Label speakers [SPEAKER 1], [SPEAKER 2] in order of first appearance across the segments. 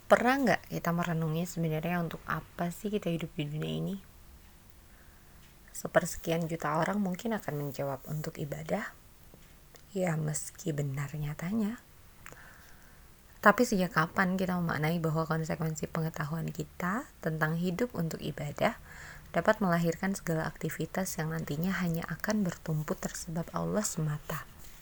[SPEAKER 1] Pernah nggak kita merenungi sebenarnya untuk apa sih kita hidup di dunia ini? Sepersekian juta orang mungkin akan menjawab untuk ibadah. Ya meski benar nyatanya. Tapi sejak kapan kita memaknai bahwa konsekuensi pengetahuan kita tentang hidup untuk ibadah dapat melahirkan segala aktivitas yang nantinya hanya akan bertumpu tersebab Allah semata?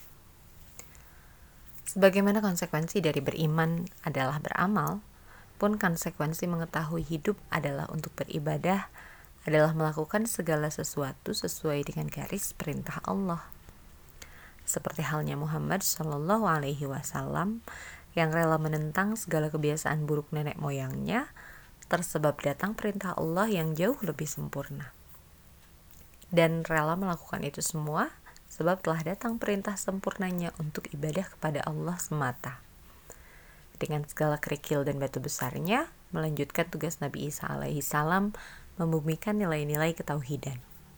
[SPEAKER 1] Sebagaimana konsekuensi dari beriman adalah beramal, pun konsekuensi mengetahui hidup adalah untuk beribadah adalah melakukan segala sesuatu sesuai dengan garis perintah Allah. Seperti halnya Muhammad Shallallahu Alaihi Wasallam yang rela menentang segala kebiasaan buruk nenek moyangnya tersebab datang perintah Allah yang jauh lebih sempurna. Dan rela melakukan itu semua sebab telah datang perintah sempurnanya untuk ibadah kepada Allah semata. Dengan segala kerikil dan batu besarnya, melanjutkan tugas Nabi Isa alaihi salam membumikan nilai-nilai ketauhidan.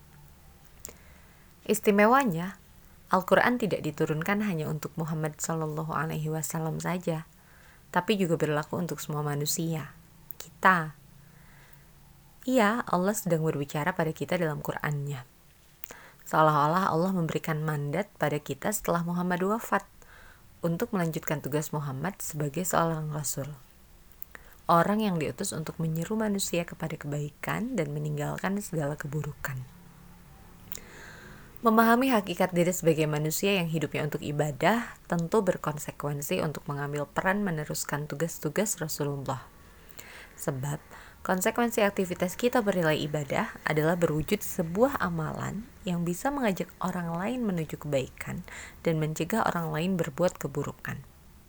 [SPEAKER 1] Istimewanya, Al-Quran tidak diturunkan hanya untuk Muhammad Shallallahu Alaihi Wasallam saja, tapi juga berlaku untuk semua manusia, kita. Iya, Allah sedang berbicara pada kita dalam Qurannya. Seolah-olah Allah memberikan mandat pada kita setelah Muhammad wafat untuk melanjutkan tugas Muhammad sebagai seorang Rasul. Orang yang diutus untuk menyeru manusia kepada kebaikan dan meninggalkan segala keburukan. Memahami hakikat diri sebagai manusia yang hidupnya untuk ibadah tentu berkonsekuensi untuk mengambil peran meneruskan tugas-tugas Rasulullah. Sebab konsekuensi aktivitas kita bernilai ibadah adalah berwujud sebuah amalan yang bisa mengajak orang lain menuju kebaikan dan mencegah orang lain berbuat keburukan.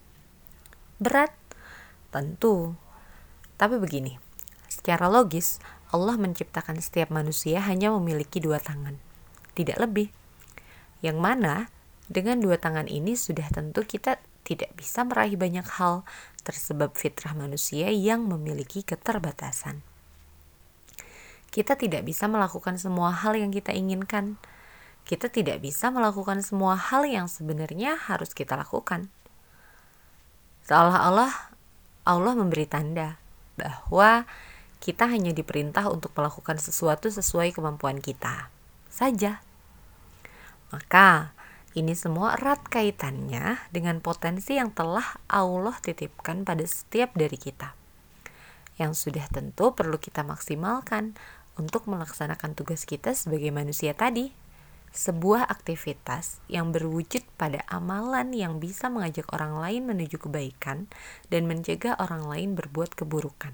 [SPEAKER 1] Berat? Tentu. Tapi begini, secara logis, Allah menciptakan setiap manusia hanya memiliki 2 tangan, tidak lebih. Yang mana, dengan 2 tangan ini sudah tentu kita tidak bisa meraih banyak hal tersebab fitrah manusia yang memiliki keterbatasan. Kita tidak bisa melakukan semua hal yang kita inginkan. Kita tidak bisa melakukan semua hal yang sebenarnya harus kita lakukan. Seolah-olah Allah memberi tanda bahwa kita hanya diperintah untuk melakukan sesuatu sesuai kemampuan kita saja. Maka ini semua erat kaitannya dengan potensi yang telah Allah titipkan pada setiap dari kita, yang sudah tentu perlu kita maksimalkan untuk melaksanakan tugas kita sebagai manusia tadi. Sebuah aktivitas yang berwujud pada amalan yang bisa mengajak orang lain menuju kebaikan dan mencegah orang lain berbuat keburukan.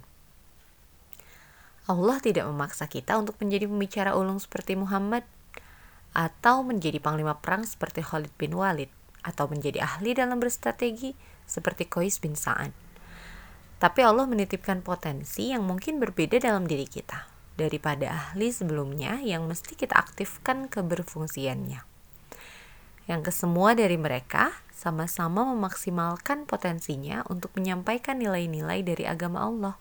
[SPEAKER 1] Allah tidak memaksa kita untuk menjadi pembicara ulung seperti Muhammad, atau menjadi panglima perang seperti Khalid bin Walid, atau menjadi ahli dalam berstrategi seperti Qais bin Sa'ad. Tapi Allah menitipkan potensi yang mungkin berbeda dalam diri kita daripada ahli sebelumnya yang mesti kita aktifkan keberfungsiannya. Yang kesemua dari mereka sama-sama memaksimalkan potensinya untuk menyampaikan nilai-nilai dari agama Allah.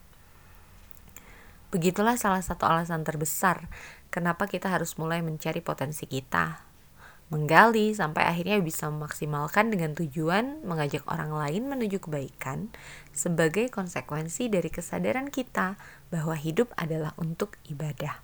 [SPEAKER 1] Begitulah salah satu alasan terbesar kenapa kita harus mulai mencari potensi kita, menggali sampai akhirnya bisa memaksimalkan dengan tujuan mengajak orang lain menuju kebaikan sebagai konsekuensi dari kesadaran kita bahwa hidup adalah untuk ibadah.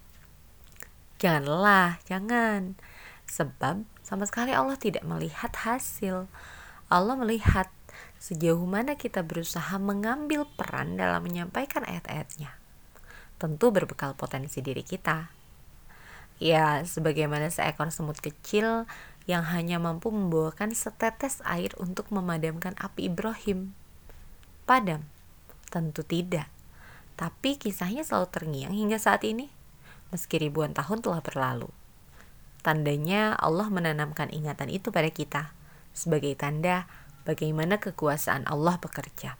[SPEAKER 1] Jangan lelah, jangan. Sebab sama sekali Allah tidak melihat hasil. Allah melihat sejauh mana kita berusaha mengambil peran dalam menyampaikan ayat-ayatnya. Tentu berbekal potensi diri kita. Ya, sebagaimana seekor semut kecil yang hanya mampu membawakan setetes air untuk memadamkan api Ibrahim. Padam? Tentu tidak. Tapi kisahnya selalu terngiang hingga saat ini, meski ribuan tahun telah berlalu. Tandanya Allah menanamkan ingatan itu pada kita, sebagai tanda bagaimana kekuasaan Allah bekerja.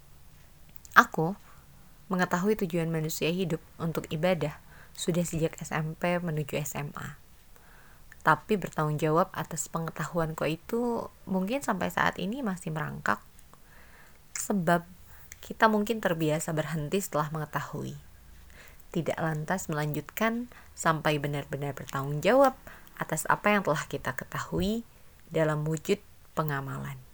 [SPEAKER 1] Aku mengetahui tujuan manusia hidup untuk ibadah sudah sejak SMP menuju SMA. Tapi bertanggung jawab atas pengetahuanku itu mungkin sampai saat ini masih merangkak. Sebab kita mungkin terbiasa berhenti setelah mengetahui. Tidak lantas melanjutkan sampai benar-benar bertanggung jawab atas apa yang telah kita ketahui dalam wujud pengamalan.